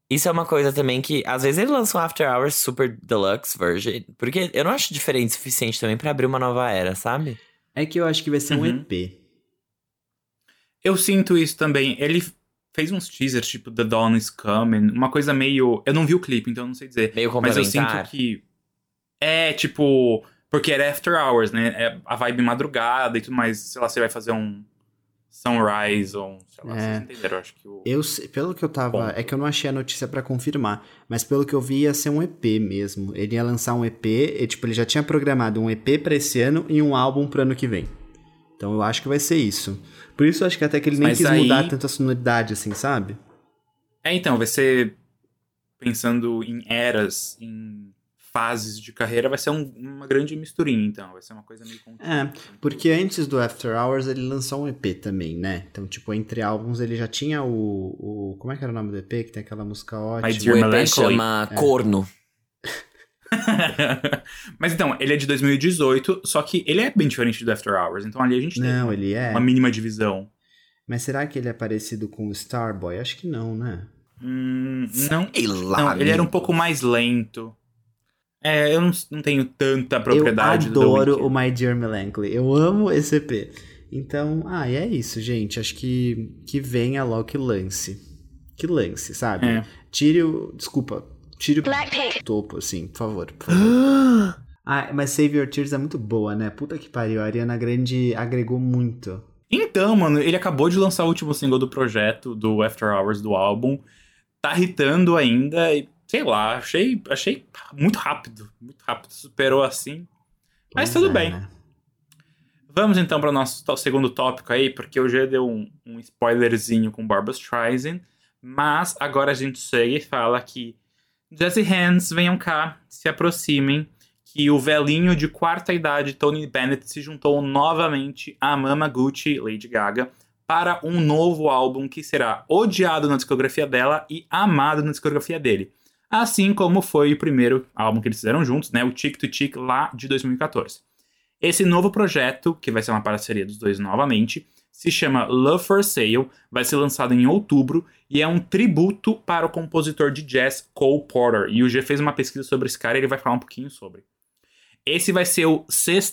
Isso é uma coisa também que, às vezes, ele lança um After Hours Super Deluxe Version. Porque eu não acho diferente o suficiente também pra abrir uma nova era, sabe? É que eu acho que vai ser um EP. Eu sinto isso também. Ele fez uns teasers, tipo The Dawn is Coming, uma coisa meio... Eu não vi o clipe, então eu não sei dizer. Meio Mas eu complementar. sinto que... É, tipo... Porque era After Hours, né? É a vibe madrugada e tudo mais. Sei lá, você vai fazer um Sunrise ou... Sei lá, vocês entenderam, eu acho que o... Pelo que eu tava... Ponto. É que eu não achei a notícia pra confirmar. Mas pelo que eu vi, ia ser um EP mesmo. Ele ia lançar um EP. E, tipo, ele já tinha programado um EP pra esse ano e um álbum pro ano que vem. Então eu acho que vai ser isso. Por isso eu acho que até que ele nem Mas quis aí- mudar tanto a sonoridade, assim, sabe? É, então, vai ser... Pensando em eras, em fases de carreira, vai ser uma grande misturinha, então. Vai ser uma coisa meio contínua. É, porque antes do After Hours ele lançou um EP também, né? Então, tipo, entre álbuns ele já tinha o como é que era o nome do EP? Que tem aquela música ótima. My Dear O EP Melancholy. chama Corno. Mas então, ele é de 2018, só que ele é bem diferente do After Hours, então ali a gente tem Não, ele é. uma mínima divisão. Mas será que ele é parecido com o Starboy? Acho que não, né? Não, Sei lá, não, ele era um amigo. pouco mais lento. É, eu não tenho tanta propriedade Eu do The adoro Weeknd. o My Dear Melancholy. Eu amo esse EP. Então, e é isso, gente. Acho que venha logo que lance. Que lance, sabe? É. Tire o topo, assim, por favor. Por favor. Mas Save Your Tears é muito boa, né? Puta que pariu. A Ariana Grande agregou muito. Então, mano, ele acabou de lançar o último single do projeto, do After Hours, do álbum. Tá hitando ainda e, sei lá, achei muito rápido. Muito rápido, superou assim. Mas Pois tudo é, bem. né? Vamos então para o nosso segundo tópico aí, porque eu já dei um spoilerzinho com Barbra Streisand, mas agora a gente chega e fala que Jazzy Hands, venham cá, se aproximem, que o velhinho de quarta idade Tony Bennett se juntou novamente a Mama Gucci, Lady Gaga, para um novo álbum que será odiado na discografia dela e amado na discografia dele. Assim como foi o primeiro álbum que eles fizeram juntos, né, o Chick to Chick, lá de 2014. Esse novo projeto, que vai ser uma parceria dos dois novamente, se chama Love for Sale, vai ser lançado em outubro e é um tributo para o compositor de jazz Cole Porter. E o G fez uma pesquisa sobre esse cara e ele vai falar um pouquinho sobre. Esse vai ser o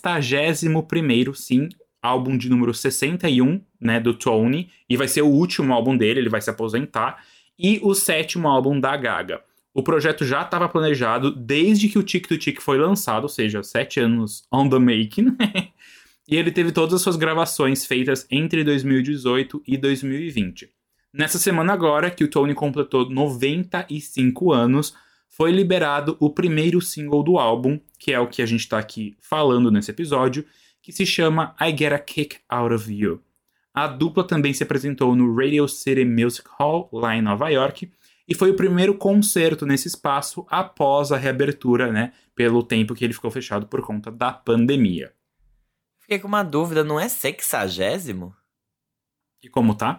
61º, sim, álbum de número 61, né, do Tony, e vai ser o último álbum dele, ele vai se aposentar, e o 7º álbum da Gaga. O projeto já estava planejado desde que o Chick to Chick foi lançado, ou seja, 7 anos on the making, e ele teve todas as suas gravações feitas entre 2018 e 2020. Nessa semana agora, que o Tony completou 95 anos, foi liberado o primeiro single do álbum, que é o que a gente está aqui falando nesse episódio, que se chama I Get a Kick Out of You. A dupla também se apresentou no Radio City Music Hall, lá em Nova York, e foi o primeiro concerto nesse espaço após a reabertura, né, pelo tempo que ele ficou fechado por conta da pandemia. Fiquei com uma dúvida, não é 60º? E como tá?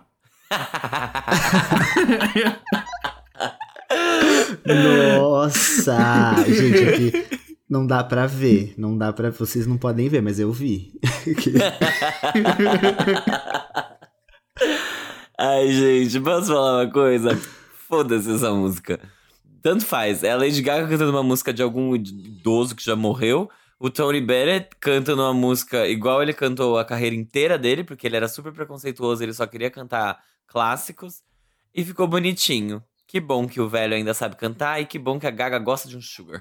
Nossa! Gente, aqui não dá pra ver. Não dá pra... Vocês não podem ver, mas eu vi. Ai, gente, posso falar uma coisa? Foda-se essa música. Tanto faz. É a Lady Gaga cantando uma música de algum idoso que já morreu. O Tony Bennett cantando uma música igual ele cantou a carreira inteira dele, porque ele era super preconceituoso, ele só queria cantar clássicos. E ficou bonitinho. Que bom que o velho ainda sabe cantar e que bom que a Gaga gosta de um sugar.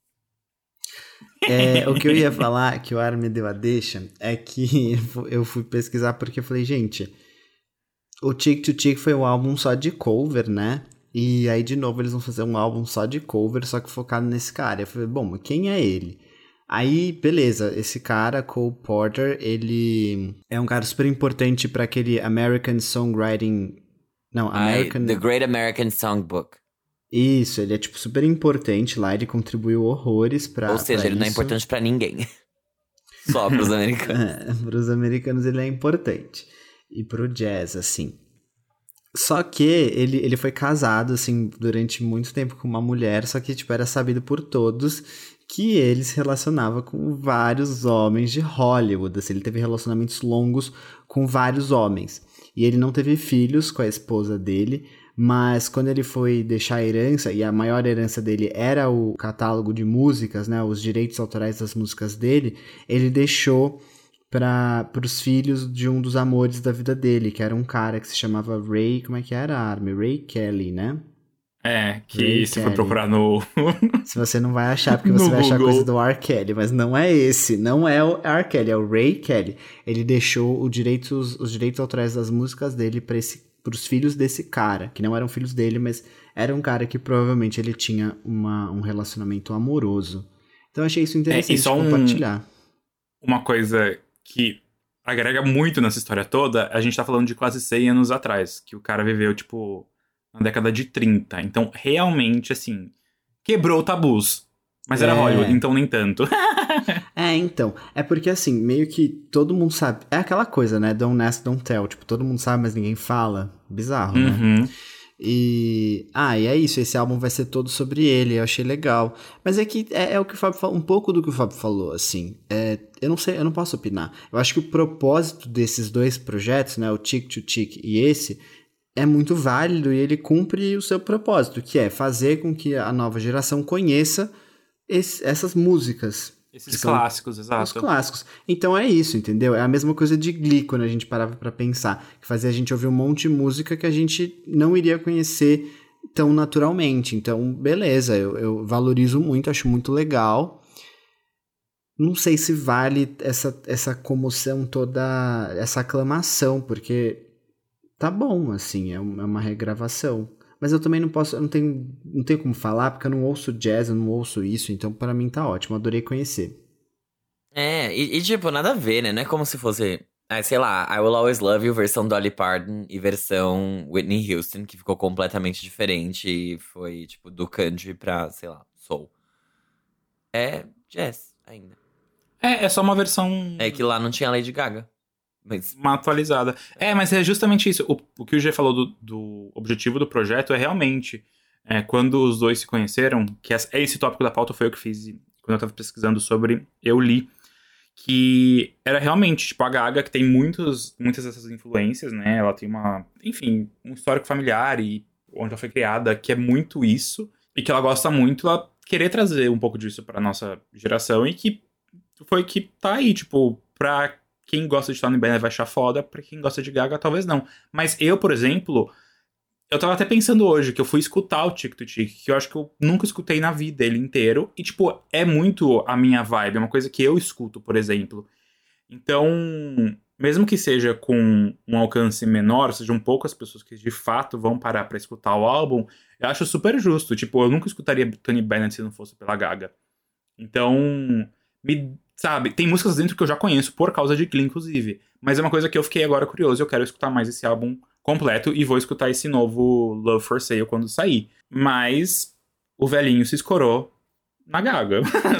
O que eu ia falar, que o Ar me deu a deixa, é que eu fui pesquisar porque eu falei, gente, o Chick to Chick foi um álbum só de cover, né? E aí, de novo, eles vão fazer um álbum só de cover, só que focado nesse cara. Eu falei, bom, quem é ele? Aí, beleza, esse cara, Cole Porter, ele é um cara super importante pra aquele American Songwriting... Não, American... The Great American Songbook. Isso, ele é, tipo, super importante lá, ele contribuiu horrores pra Ou seja, pra ele não é isso. importante pra ninguém. Só pros americanos. Pros americanos ele é importante. E pro jazz, assim. Só que ele foi casado, assim, durante muito tempo com uma mulher, só que, tipo, era sabido por todos que ele se relacionava com vários homens de Hollywood, assim, ele teve relacionamentos longos com vários homens. E ele não teve filhos com a esposa dele, mas quando ele foi deixar a herança, e a maior herança dele era o catálogo de músicas, né, os direitos autorais das músicas dele, ele deixou para os filhos de um dos amores da vida dele, que era um cara que se chamava Ray, como é que era, Army? Ray Kelly, né? Que Ray se for Kelly. procurar no... Se você não vai achar, porque você vai achar Google. coisa do R. Kelly, mas não é esse, não é o R. Kelly, é o Ray Kelly. Ele deixou os direitos autorais das músicas dele para os filhos desse cara, que não eram filhos dele, mas era um cara que provavelmente ele tinha um relacionamento amoroso. Então eu achei isso interessante e só de compartilhar. Uma coisa que agrega muito nessa história toda, a gente tá falando de quase 100 anos atrás, que o cara viveu, tipo, na década de 30. Então, realmente, assim, quebrou tabus. Mas era Hollywood, então nem tanto. Então, é porque assim, meio que todo mundo sabe, é aquela coisa, né, don't ask, don't tell, tipo, todo mundo sabe, mas ninguém fala, bizarro, né? E é isso, esse álbum vai ser todo sobre ele, eu achei legal. Mas é que é o que o Fábio falou, um pouco do que o Fábio falou, assim, eu não sei, eu não posso opinar. Eu acho que o propósito desses dois projetos, né, o Chick to Chick e esse, é muito válido e ele cumpre o seu propósito, que é fazer com que a nova geração conheça essas músicas. Esses clássicos, exato. Os clássicos. Então é isso, entendeu? É a mesma coisa de Glee, quando a gente parava pra pensar. Que fazia a gente ouvir um monte de música que a gente não iria conhecer tão naturalmente. Então, beleza, eu valorizo muito, acho muito legal. Não sei se vale essa comoção toda, essa aclamação, porque tá bom, assim, é uma regravação. Mas eu também não tenho como falar, porque eu não ouço jazz, eu não ouço isso, então pra mim tá ótimo, adorei conhecer. E tipo, nada a ver, né? Não é como se fosse, sei lá, I Will Always Love You, versão Dolly Parton e versão Whitney Houston, que ficou completamente diferente e foi, tipo, do country pra, sei lá, soul. É jazz ainda. É só uma versão... É que lá não tinha Lady Gaga. Mas... uma atualizada. Mas é justamente isso. O que o G falou do objetivo do projeto é realmente quando os dois se conheceram, que esse tópico da pauta foi eu que fiz quando eu tava pesquisando sobre, eu li que era realmente, tipo, a Gaga, que tem muitas dessas influências, né? Ela tem um histórico familiar e onde ela foi criada, que é muito isso, e que ela gosta muito, ela querer trazer um pouco disso pra nossa geração, e que foi que tá aí, tipo, pra quem gosta de Tony Bennett vai achar foda, pra quem gosta de Gaga, talvez não. Mas eu, por exemplo, eu tava até pensando hoje que eu fui escutar o Chick to Chick, que eu acho que eu nunca escutei na vida ele inteiro. E, tipo, é muito a minha vibe, é uma coisa que eu escuto, por exemplo. Então, mesmo que seja com um alcance menor, sejam poucas pessoas que de fato vão parar pra escutar o álbum, eu acho super justo. Tipo, eu nunca escutaria Tony Bennett se não fosse pela Gaga. Então, sabe, tem músicas dentro que eu já conheço por causa de Glee, inclusive. Mas é uma coisa que eu fiquei agora curioso. Eu quero escutar mais esse álbum completo e vou escutar esse novo Love for Sale quando sair. Mas o velhinho se escorou na Gaga.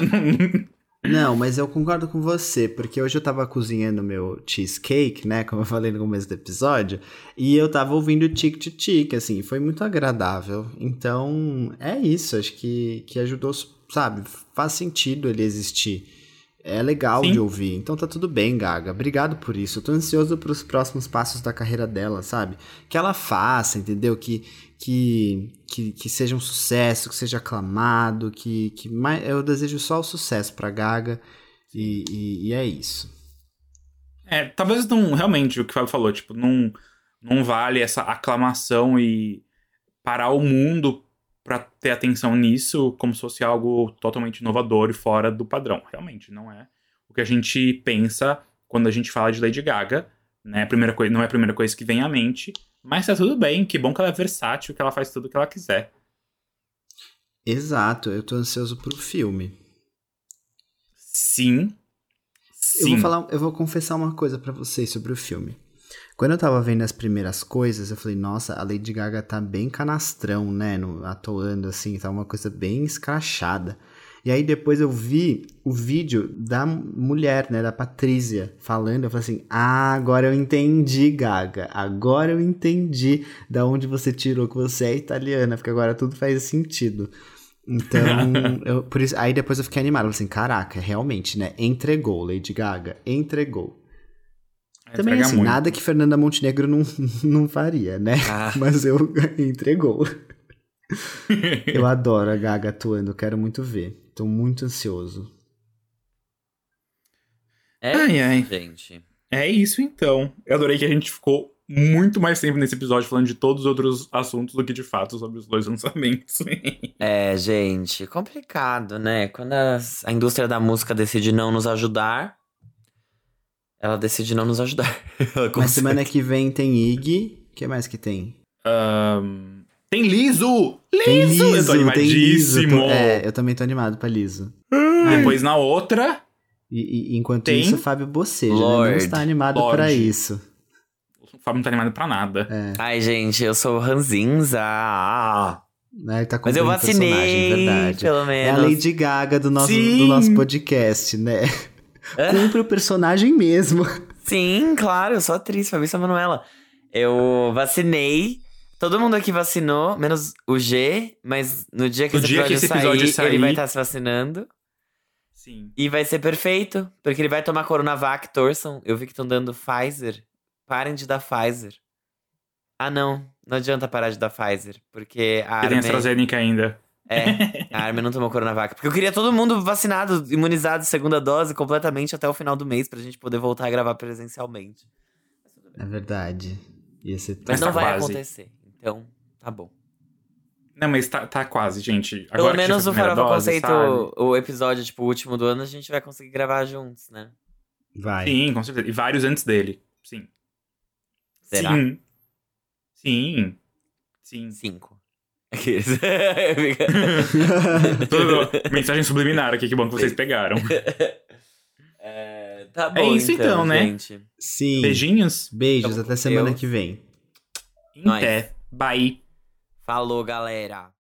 Não, mas eu concordo com você, porque hoje eu tava cozinhando meu cheesecake, né, como eu falei no começo do episódio, e eu tava ouvindo Chick to Chick, assim, foi muito agradável. Então, é isso, acho que ajudou, sabe, faz sentido ele existir. É legal Sim. de ouvir, então tá tudo bem, Gaga. Obrigado por isso. Eu tô ansioso pros próximos passos da carreira dela, sabe? Que ela faça, entendeu? Que seja um sucesso, que seja aclamado, eu desejo só o sucesso pra Gaga e é isso. Talvez não, realmente, o que o Fábio falou, tipo, não vale essa aclamação e parar o mundo pra ter atenção nisso como se fosse algo totalmente inovador e fora do padrão. Realmente, não é o que a gente pensa quando a gente fala de Lady Gaga, né? Não é a primeira coisa que vem à mente, mas tá tudo bem, que bom que ela é versátil, que ela faz tudo o que ela quiser. Exato, eu tô ansioso pro filme. Sim. Eu vou confessar uma coisa pra vocês sobre o filme. Quando eu tava vendo as primeiras coisas, eu falei, nossa, a Lady Gaga tá bem canastrão, né, atuando assim, tá uma coisa bem escrachada. E aí depois eu vi o vídeo da mulher, né, da Patrícia, falando, eu falei assim, agora eu entendi, Gaga, agora eu entendi da onde você tirou que você é italiana, porque agora tudo faz sentido. Então, por isso, aí depois eu fiquei animado, eu falei assim, caraca, realmente, né, entregou, Lady Gaga, entregou. Também entrega assim, muito. nada que Fernanda Montenegro não faria, né? Ah. Mas eu entregou. Eu adoro a Gaga atuando, quero muito ver. Tô muito ansioso. Ai, ai. Gente. É isso então. Eu adorei que a gente ficou muito mais tempo nesse episódio falando de todos os outros assuntos do que de fato sobre os dois lançamentos. É, gente, complicado, né? Quando a indústria da música decide não nos ajudar, ela decide não nos ajudar. Ela Mas consegue. semana que vem tem Iggy. O que mais que tem? Tem Liso! Tem Eu tô Liso, tem Liso. animadíssimo! Eu também tô animado pra Liso. Depois na outra, E enquanto Tem isso, o Fábio Boceja, né? Não Lorde. está animado Lorde. pra isso. o Fábio não tá animado pra nada. Ai, gente, eu sou ranzinza. Né? Ele tá Mas eu cumprindo o personagem, vacinei, verdade. pelo É a menos. Lady Gaga do Sim. nosso podcast, né? Cumpre o personagem mesmo. Sim, claro, eu sou atriz, Fabrício Manuela. Eu vacinei. Todo mundo aqui vacinou, menos o G, mas no dia que No esse dia que episódio, esse episódio sair, ele vai sair- estar se vacinando. Sim. E vai ser perfeito, porque ele vai tomar Coronavac, torçam. Eu vi que estão dando Pfizer. Parem de dar Pfizer. Ah, não adianta parar de dar Pfizer, porque a E tem Armin... AstraZeneca ainda. a Armin não tomou Coronavac. Porque eu queria todo mundo vacinado, imunizado, segunda dose, completamente até o final do mês, pra gente poder voltar a gravar presencialmente. É verdade. Ia ser Mas tá não vai quase. acontecer, então tá bom. Não, mas tá quase, gente. Pelo Agora que menos já o foi a primeira Farofa dose, Conceito, sabe? o episódio, tipo, o último do ano, a gente vai conseguir gravar juntos, né? Vai. Sim, com certeza. E vários antes dele. Sim. Será? Sim. Sim. Sim. 5. Aqueles. Mensagem subliminar aqui, que bom que vocês pegaram. Tá bom, isso então, né? gente. Sim. Beijinhos. Beijos, Tamo até com semana Deus. que vem. Nós. Até. Bye. Falou, galera.